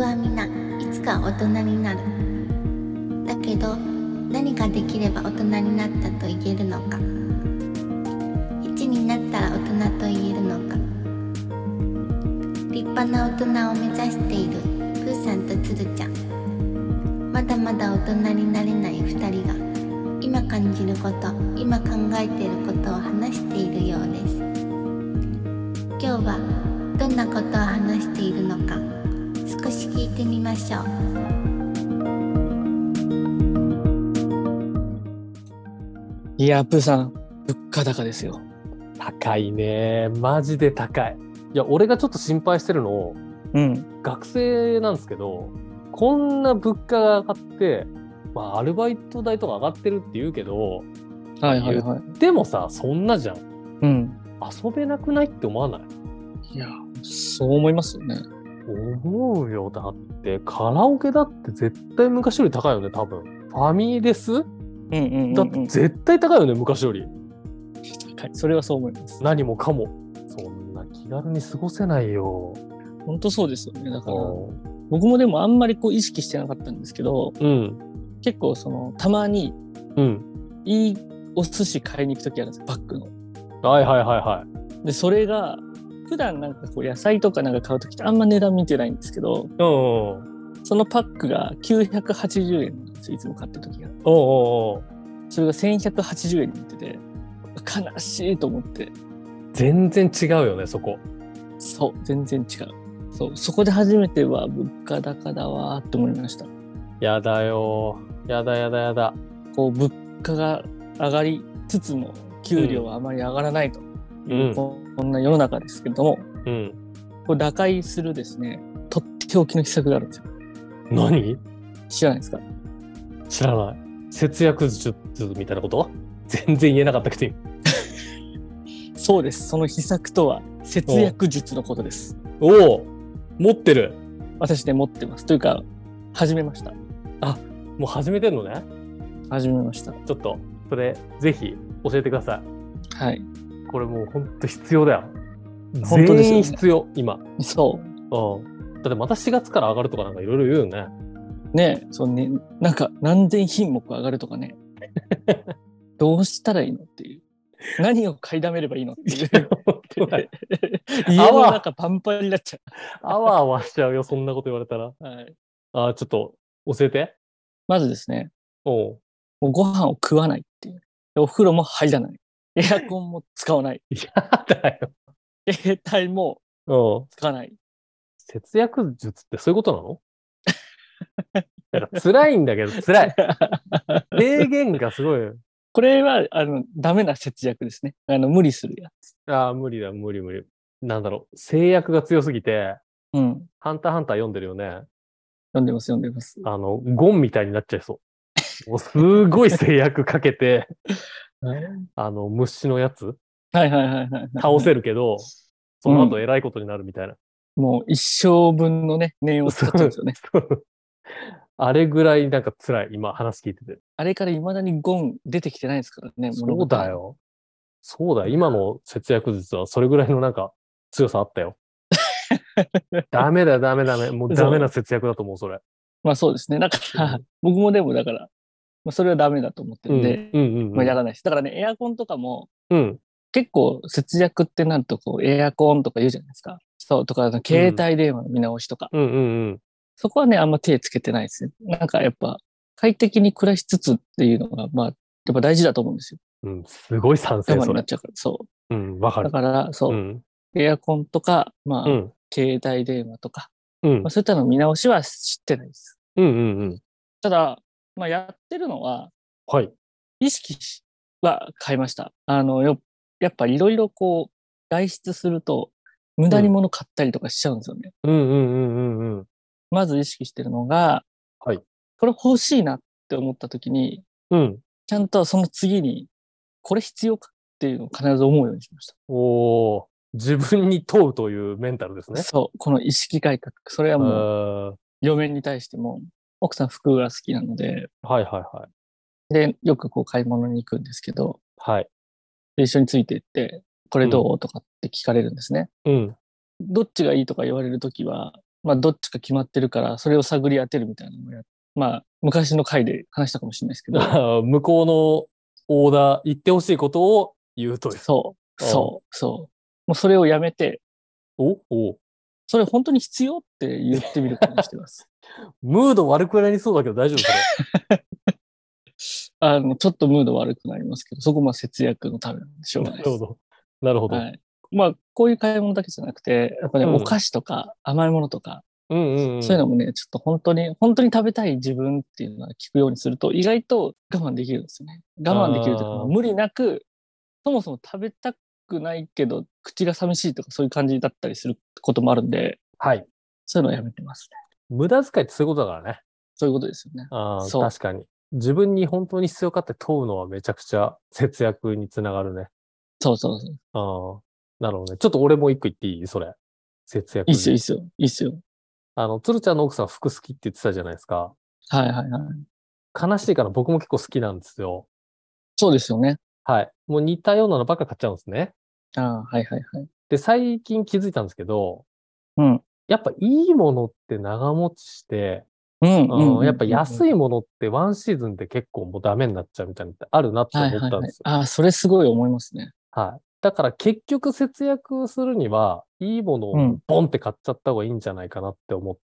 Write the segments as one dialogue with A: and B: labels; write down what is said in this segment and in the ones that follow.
A: は皆いつか大人になる。だけど何ができれば大人になったと言えるのか。1になったら大人と言えるのか。立派な大人を目指しているプーさんとつるちゃん。まだまだ大人になれない2人が今感じること、今考えていることを話しているようです。今日はどんなことを話しているのか少し聞いてみましょう。
B: いや、プーさん、物価高ですよ。
C: 高いね。マジで高い。いや、俺がちょっと心配してるの、学生なんですけど、こんな物価が上がって、アルバイト代とか上がってるって言うけど、言ってもさ、そんなじゃん。遊べなくないって思わない？
B: いや、そう思いますよね。
C: 思うよ。だってカラオケだって絶対昔より高いよね、多分。ファミレス？だって絶対高いよね、昔より。
B: 高い。それはそう思います。
C: 何もかも。そんな気軽に過ごせないよ。
B: 本当そうですよね。だから僕もでもあんまりこう意識してなかったんですけど、結構たまにいいお寿司買いに行くときあるんですよ、パックの。でそれが普段なんかこう野菜とかなんか買うときってあんま値段見てないんですけど、そのパックが980円なんですよ、いつも買ったときが。それが1180円になってて、悲しいと思って。
C: 全然違うよね、そこ。
B: そう、全然違う。そこで初めては物価高だわーって思いました。
C: やだよ。やだ。
B: こう物価が上がりつつも給料はあまり上がらないという、こんな世の中ですけれども、これ打開するですね、とっておきの秘策があるんですよ。
C: 何？
B: 知らないですか？
C: 知らない。節約術みたいなこと？全然言えなかったけど。
B: そうです。その秘策とは節約術のことです。
C: おお、持ってる。
B: 私ね、持ってます。というか始めました。
C: あ、もう始めてんのね。
B: 始めました。
C: ちょっとそれぜひ教えてくださ
B: い。はい。
C: これもう本当必要だよ。
B: 本当ですよね。
C: 全員必要今。
B: そう。
C: だってまた4月から上がるとかなんかいろいろ言うよね。
B: ね、そうね、なんか何千品目上がるとかね。どうしたらいいのっていう。何を買いだめればいいのっていう。家の中パンパンになっちゃう。
C: あわあわしちゃうよ、そんなこと言われたら。ちょっと教えて。
B: まずですね、もうご飯を食わないっていう。お風呂も入らない。エアコンも使わない。
C: やだよ。
B: 携帯も使わない。
C: 節約術ってそういうことなの？なんか辛いんだけど、辛い。制限がすごい。
B: これはダメな節約ですね。無理するやつ。
C: 無理だ、無理。なんだろう、制約が強すぎて、ハンターハンター読んでるよね。
B: 読んでます。
C: ゴンみたいになっちゃいそう。もうすごい制約かけて、虫のやつ倒せるけど、その後偉いことになるみたいな。
B: もう一生分のね、念を使っちゃうんですよね。
C: あれぐらいなんか辛い、今話聞いてて。
B: あれから未だにゴン出てきてないですからね、
C: そうだよ。今の節約術はそれぐらいのなんか強さあったよ。ダメ。もうダメな節約だと思う、それ。
B: まあそうですね。だから、僕もでもだから、それはダメだと思ってるんで、やらないです。だからね、エアコンとかも、結構節約ってなると、こう、エアコンとか言うじゃないですか。そう、とか、携帯電話の見直しとか。そこはね、あんま手つけてないですね。なんかやっぱ、快適に暮らしつつっていうのが、やっぱ大事だと思うんですよ。
C: すごい賛成、
B: 我慢になっちゃうから、そう。
C: わかる。
B: だから、エアコンとか、携帯電話とか、そういったの見直しは知ってないです。ただ、やってるのは、意識は変えました。やっぱいろいろこう、外出すると、無駄に物買ったりとかしちゃうんですよね。まず意識してるのが、これ欲しいなって思った時に、ちゃんとその次に、これ必要かっていうのを必ず思うようにしました。
C: 自分に問うというメンタルですね。
B: そう、この意識改革。それはもう、嫁に対しても、奥さん服が好きなので、で、よくこう買い物に行くんですけど、で一緒について行って、これどうとかって聞かれるんですね。どっちがいいとか言われるときは、 まあ、どっちか決まってるから、それを探り当てるみたいなのをまあ、昔の回で話したかもしれないですけど。
C: 向こうのオーダー、言ってほしいことを言うという。
B: そう。もうそれをやめて、それ本当に必要って言ってみることにしてます。
C: ムード悪くなりそうだけど大丈夫それ。
B: ちょっとムード悪くなりますけど、そこも節約のためなんでしょうがないです。
C: なるほど。
B: はい。まあ、こういう買い物だけじゃなくて、やっぱね、お菓子とか甘いものとか、そういうのもね、ちょっと本当に食べたい自分っていうのは聞くようにすると、意外と我慢できるんですよね。我慢できるというか、無理なく、そもそも食べたくないけど、口が寂しいとかそういう感じだったりすることもあるんで、
C: はい。
B: そういうのはやめてますね。
C: 無駄遣いってそういうことだからね。
B: そういうことですよね。
C: 確かに。自分に本当に必要かって問うのはめちゃくちゃ節約につながるね。
B: そう。
C: なるほどね。ちょっと俺も一個言っていいそれ。節約。
B: いいっすよ。
C: 鶴ちゃんの奥さん服好きって言ってたじゃないですか。
B: はい。
C: 悲しいから僕も結構好きなんですよ。
B: そうですよね。
C: はい。もう似たようなのばっか買っちゃうんですね。
B: はい。
C: で、最近気づいたんですけど、
B: うん。
C: やっぱいいものって長持ちして、やっぱ安いものってワンシーズンで結構もうダメになっちゃうみたいなのってあるなって思ったんですよ。
B: それすごい思いますね。
C: はい。だから結局節約するには、いいものをボンって買っちゃった方がいいんじゃないかなって思って、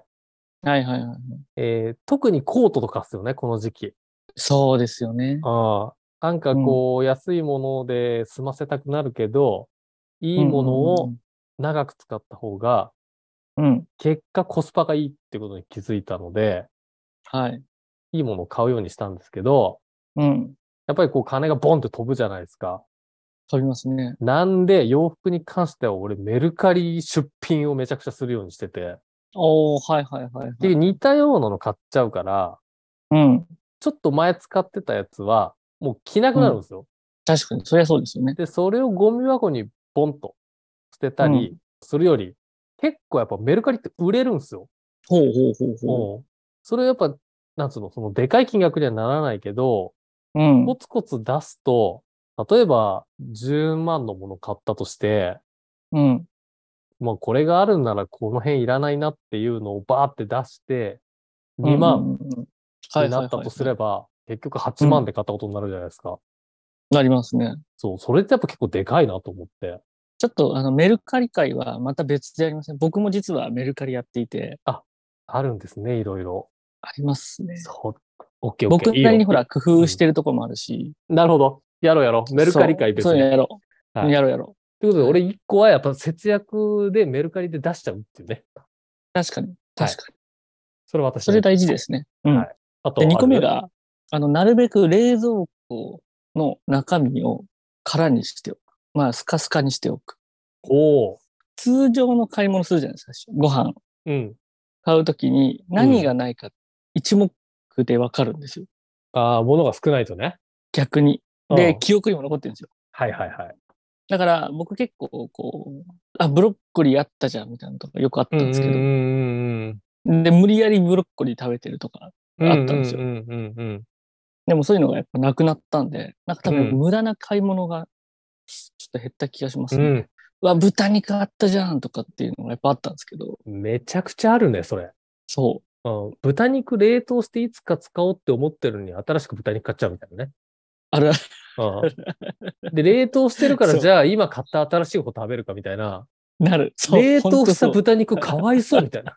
B: はい。
C: 特にコートとかですよね、この時期。
B: そうですよね。
C: なんかこう、安いもので済ませたくなるけど、いいものを長く使った方が、結果コスパがいいってことに気づいたので、
B: はい。
C: いいものを買うようにしたんですけど、やっぱりこう金がボンって飛ぶじゃないですか。
B: 飛びますね。
C: なんで洋服に関しては俺メルカリ出品をめちゃくちゃするようにしてて。
B: はい。
C: で、似たようなの買っちゃうから、ちょっと前使ってたやつはもう着なくなるんですよ。
B: 確かに、そりゃそうですよね。
C: で、それをゴミ箱にボンと捨てたりするより、結構やっぱメルカリって売れるんですよ。
B: ほう。
C: それやっぱ、なんつうの、そのでかい金額にはならないけど、コツコツ出すと、例えば10万のもの買ったとして、まあこれがあるんならこの辺いらないなっていうのをバーって出して、2万になったとすれば、結局8万で買ったことになるじゃないですか。
B: なりますね。
C: そう、それってやっぱ結構でかいなと思って。
B: ちょっとメルカリ界はまた別でありません。僕も実はメルカリやっていて。
C: あるんですね、いろいろ。
B: ありますね。
C: そう。オッケー。
B: 僕なりにほら、工夫してるとこもあるし。
C: なるほど。やろう。メルカリ界別に。
B: そうやろう。やろう。
C: ということで、俺1個はやっぱ節約でメルカリで出しちゃうっていうね。
B: 確かに。
C: それ私。
B: それ大事ですね。
C: はい。
B: あと、2個目が、なるべく冷蔵庫の中身を空にしておく。まあ、スカスカにしておく。通常の買い物するじゃないですか。ご飯。買うときに何がないか一目でわかるんですよ。
C: 物が少ないとね。
B: 逆に。で、記憶にも残ってるんですよ。
C: はい。
B: だから僕結構ブロッコリーあったじゃんみたいなのとかよくあったんですけど。で、無理やりブロッコリー食べてるとかあったんですよ。でもそういうのがやっぱなくなったんで、なんか多分無駄な買い物がちょっと減った気がしますね。豚肉あったじゃんとかっていうのがやっぱあったんですけど。
C: めちゃくちゃあるね、それ。
B: そう。
C: 豚肉冷凍していつか使おうって思ってるのに新しく豚肉買っちゃうみたいなね。
B: ある。
C: で、冷凍してるからじゃあ今買った新しい方食べるかみたいな。
B: なる。
C: 冷凍した豚肉かわいそうみたいな。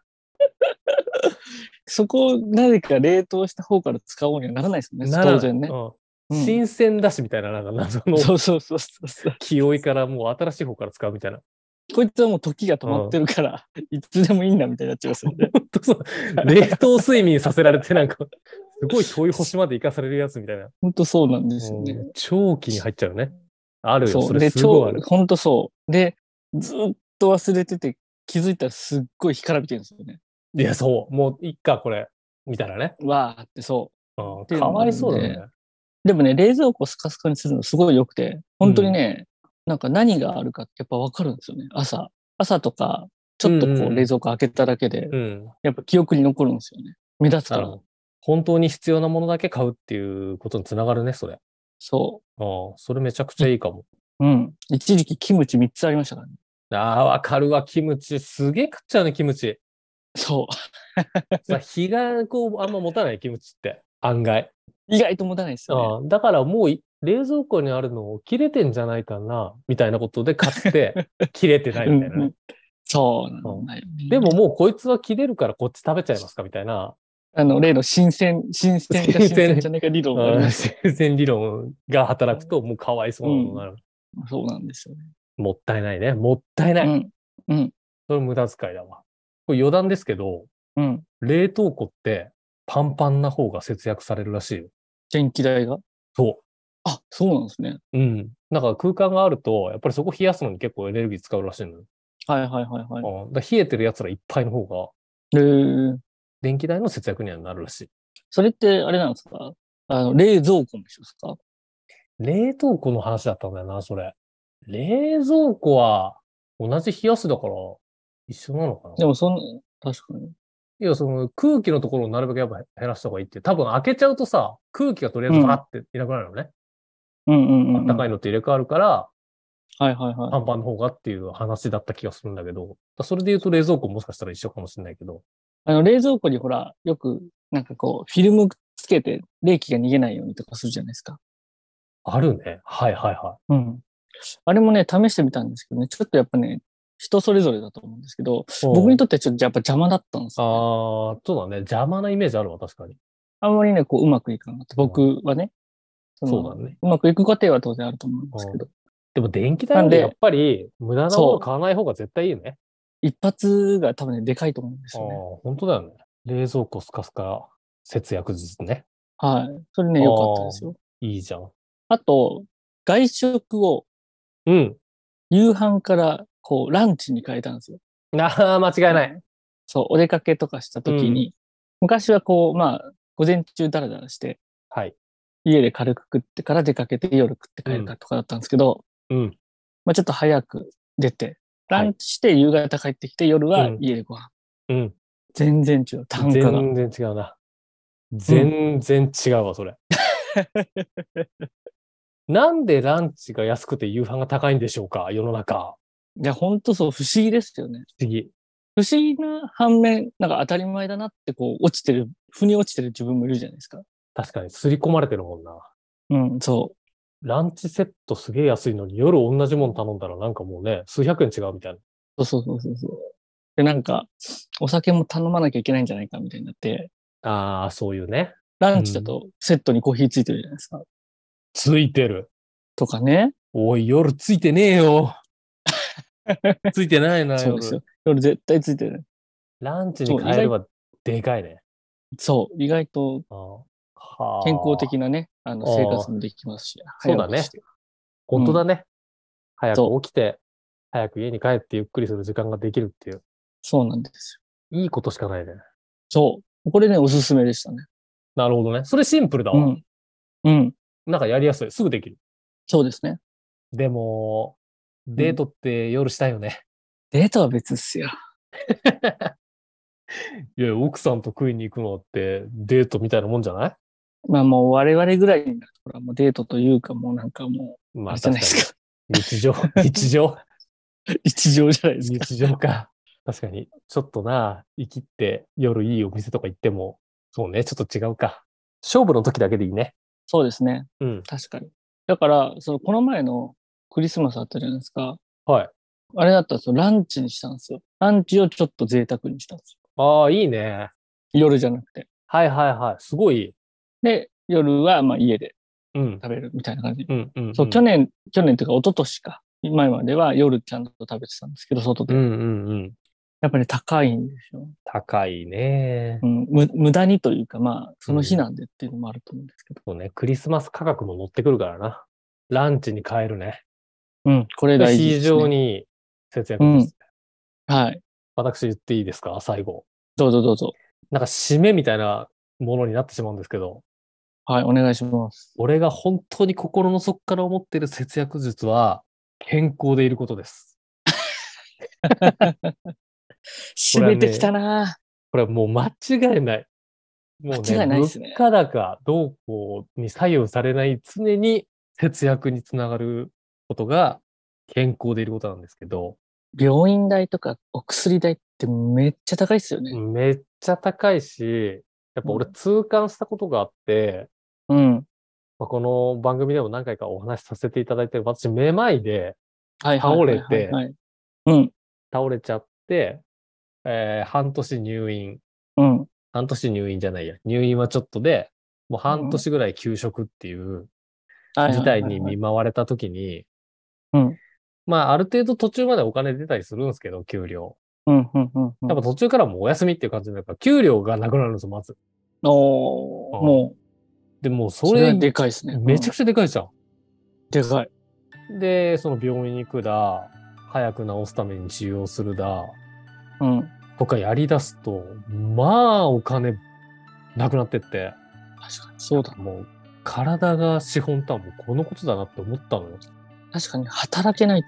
B: そこをなぜか冷凍した方から使おうにはならないですよね。当然ね。
C: 新鮮だしみたいな、なんか謎の。
B: そう。
C: 気負いからもう新しい方から使うみたいな。
B: こいつはもう時が止まってるから、いつでもいいんだみたいになっちゃいますよね。
C: 本当そう。冷凍睡眠させられてなんか、すごい遠い星まで行かされるやつみたいな。
B: 本当そうなんですよね。
C: 長期に入っちゃうね。あるよ、
B: それすごいある。本当そう。で、ずっと忘れてて気づいたらすっごい干からびてるんですよね。
C: いや、そう。もういっか、これ。みたいなね。
B: わーってそう。
C: かわいそうだね。
B: でもね、冷蔵庫をスカスカにするのすごい良くて、本当にね、なんか何があるかってやっぱ分かるんですよね。朝とか、ちょっとこう冷蔵庫開けただけで、やっぱ記憶に残るんですよね。目立つから。
C: 本当に必要なものだけ買うっていうことにつながるね、それ。
B: そう。
C: それめちゃくちゃいいかも。
B: 一時期キムチ3つありましたからね。
C: わかるわ、キムチ。すげえ買っちゃうね、キムチ。
B: そ
C: う。さ、日がこう、あんま持たないキムチって、案外。
B: 意外と持たないですよ
C: ね。だからもう冷蔵庫にあるのを切れてんじゃないかな、みたいなことで買って、切れてないみたいなね。
B: そうなんだよね。
C: でももうこいつは切れるからこっち食べちゃいますかみたいな。
B: 例の新鮮か新鮮じゃないか理論があります。
C: 新鮮理論が働くともうかわいそうなのになる。
B: そうなんですよね。
C: もったいないね。もったいない。
B: うん。
C: それ無駄遣いだわ。これ余談ですけど、冷凍庫ってパンパンな方が節約されるらしいよ。
B: 電気代が？
C: そう。
B: あ、そうなんですね。
C: うん。なんか空間があると、やっぱりそこ冷やすのに結構エネルギー使うらしいのよ。
B: はい。
C: だ冷えてる奴らいっぱいの方が、電気代の節約にはなるらしい。
B: それってあれなんですか？冷蔵庫の人ですか？
C: 冷凍庫の話だったんだよな、それ。冷蔵庫は同じ冷やすだから一緒なのかな。
B: でも確かに。
C: いや、その空気のところをなるべくやっぱ減らした方がいいって。多分開けちゃうとさ、空気がとりあえずバーっていなくなるのね。あったかいのって入れ替わるから、パンパンの方がっていう話だった気がするんだけど、それで言うと冷蔵庫もしかしたら一緒かもしれないけど。
B: 冷蔵庫にほら、よくなんかこう、フィルムつけて冷気が逃げないようにとかするじゃないですか。
C: あるね。はい。
B: あれもね、試してみたんですけどね、ちょっとやっぱね、人それぞれだと思うんですけど、僕にとってはちょっとやっぱ邪魔だったんです
C: よ、ね。そうだね。邪魔なイメージあるわ、確かに。
B: あんまりね、こう、うまくいかなかった。僕はね。
C: そうだね。
B: うまくいく過程は当然あると思うんですけど。
C: でも電気代なんでやっぱり無駄なもの買わない方が絶対いいね。
B: 一発が多分ね、でかいと思うんですよね。
C: 本当だよね。冷蔵庫スカスカ節約術ね。
B: はい。それね、良かったですよ。
C: いいじゃん。
B: あと、外食を、夕飯から、こう、ランチに変えたんですよ。
C: 間違いない。
B: そう、お出かけとかした時に、昔はこう、まあ、午前中ダラダラして、
C: はい。
B: 家で軽く食ってから出かけて夜食って帰るかとかだったんですけど、まあちょっと早く出て、ランチして夕方帰ってきて夜は家でご飯。全然違う。単価が。
C: 全然違うな。全然違うわ、それ。なんでランチが安くて夕飯が高いんでしょうか、世の中。
B: いや、ほんとそう、不思議ですよね。
C: 不思議。
B: 不思議な反面、なんか当たり前だなって、こう、腑に落ちてる自分もいるじゃないですか。
C: 確かに、刷り込まれてるもんな。
B: そう。
C: ランチセットすげえ安いのに夜同じもの頼んだらなんかもうね、数百円違うみたいな。
B: そう。で、なんか、お酒も頼まなきゃいけないんじゃないかみたいになって。
C: ああ、そういうね。
B: ランチだとセットにコーヒーついてるじゃないですか。
C: ついてる。
B: とかね。
C: おい、夜ついてねえよ。ついてないな、
B: そうですよ。夜絶対ついてる。
C: ランチに変えればでかいね。
B: そう、意外と健康的なね、生活もできますし。
C: そうだね。本当だね。早く起きて、早く家に帰ってゆっくりする時間ができるっていう。
B: そうなんです
C: よ。いいことしかないね。
B: そう。これね、おすすめでしたね。
C: なるほどね。それシンプルだわ。なんかやりやすい。すぐできる。
B: そうですね。
C: でも、デートって夜したいよね。
B: デートは別っすよ。
C: いや、奥さんと食いに行くのってデートみたいなもんじゃない？
B: まあもう我々ぐらいになるともうデートというかもうなんかもう、
C: まあ、
B: じゃないですか。
C: 日常日常
B: 日常じゃないですか。
C: 日常か。確かに、ちょっとな、生きって夜いいお店とか行っても、そうね、ちょっと違うか。勝負の時だけでいいね。
B: そうですね。確かに。だから、この前のクリスマスあったじゃないですか。
C: はい。
B: あれだったんですよ。ランチにしたんですよ。ランチをちょっと贅沢にしたんです
C: よ。ああ、いいね。
B: 夜じゃなくて。
C: はい。すごい。
B: で、夜はまあ家で食べるみたいな感じ。そう、去年というか一昨年か。前までは夜ちゃんと食べてたんですけど、外で。やっぱり高いんですよ。
C: 高いね。
B: 無駄にというか、まあ、その日なんでっていうのもあると思うんですけど。
C: そうね、クリスマス価格も乗ってくるからな。ランチに変えるね。
B: これ大事です、ね。
C: 非常に節約です。
B: はい。
C: 私言っていいですか、最後。
B: どうぞ。
C: なんか締めみたいなものになってしまうんですけど。
B: はい、お願いします。
C: 俺が本当に心の底から思っている節約術は、健康でいることです。
B: 締めてきたな。
C: これはもう間違いない。もうね、物価高動向に左右されない常に節約につながることが健康でいることなんですけど、
B: 病院代とかお薬代ってめっちゃ高いっすよね。
C: めっちゃ高いし、やっぱ俺痛感したことがあって、
B: うん。
C: この番組でも何回かお話しさせていただいてる、私めまいで倒れて、倒れちゃって、半年入院。
B: うん。
C: 半年入院じゃないや。入院はちょっとで、もう半年ぐらい休職っていう事態に見舞われた時に、ある程度途中までお金出たりするんですけど、給料。やっぱ途中からもうお休みっていう感じになるから、給料がなくなるんですよ、まず。
B: もう。
C: で、もうそれ、
B: でかいですね。
C: めちゃくちゃでかいじゃん。
B: でかい。
C: で、その病院に行くだ、早く治すために治療するだ、とかやり出すと、お金なくなってって。
B: 確かに、そうだ。
C: もう、体が資本とはもうこのことだなって思ったのよ。
B: 確かに、働けないって、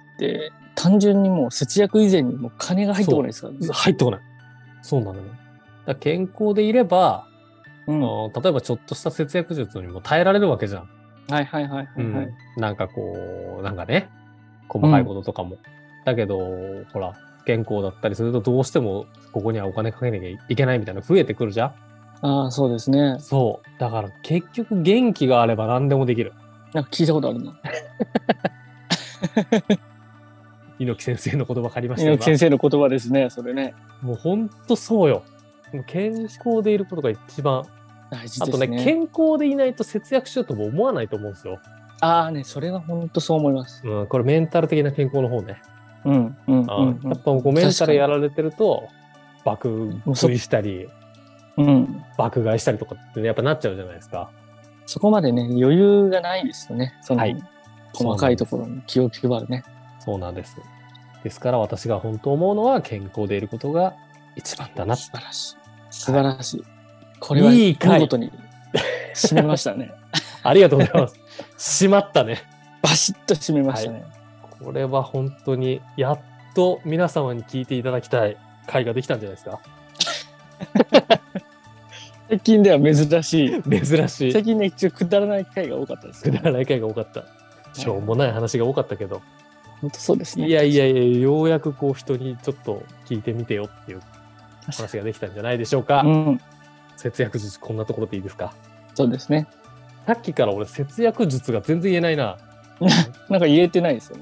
B: 単純にもう節約以前にもう金が入ってこないですからね。
C: 入ってこない。そうなのよ。だ健康でいれば、例えばちょっとした節約術にも耐えられるわけじゃん。なんかね、細かいこととかも。だけど、ほら、健康だったりするとどうしてもここにはお金かけなきゃいけないみたいな増えてくるじゃん。
B: ああ、そうですね。
C: そう。だから結局元気があれば何でもできる。
B: なんか聞いたことあるな。
C: 猪木先生の言葉借りましたよ。
B: 猪木先生の言葉ですね、それね。
C: もうほんとそうよ。健康でいることが一番
B: 大事ですね。
C: あとね、健康でいないと節約しようとも思わないと思うんですよ。
B: ああね、それは本当そう思います。
C: これメンタル的な健康の方ね。やっぱメンタルやられてると、爆食いしたり、爆買いしたりとかってやっぱなっちゃうじゃないですか。
B: そこまでね、余裕がないですよね。細かいところに気を配るね。
C: そうなんです。ですから私が本当思うのは健康でいることが一番だな。
B: 素晴らしい。素晴らしい。これはいいことに締めましたね。
C: ありがとうございます。締まったね。
B: バシッと締めましたね。
C: これは本当にやっと皆様に聞いていただきたい回ができたんじゃないですか。
B: 最近では珍しい。
C: 珍しい。
B: 最近ね、一応くだらない回が多かったです、
C: くだらない回が多かった。しょうもない話が多かったけど。
B: 本当そうですね。
C: いや、ようやく人にちょっと聞いてみてよっていう話ができたんじゃないでしょうか。節約術こんなところでいいですか。
B: そうですね。
C: さっきから俺節約術が全然言えないな。
B: なんか言えてないですよね。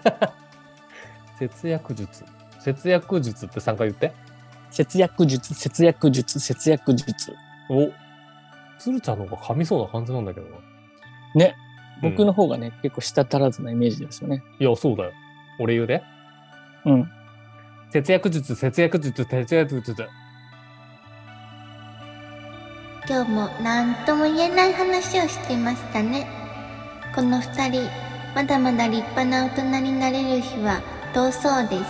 C: 節約術って3回言って。
B: 節約術。
C: お、鶴ちゃんの方が噛みそうな感じなんだけどな。
B: ね。僕の方がね、結構舌足らずなイメージですよね。
C: いや、そうだよ。俺言うで。節約術。
A: 今日も何とも言えない話をしていましたね。この2人、まだまだ立派な大人になれる日は遠そうです。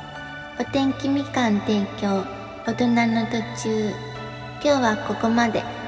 A: お天気みかん提供、大人の途中。今日はここまで。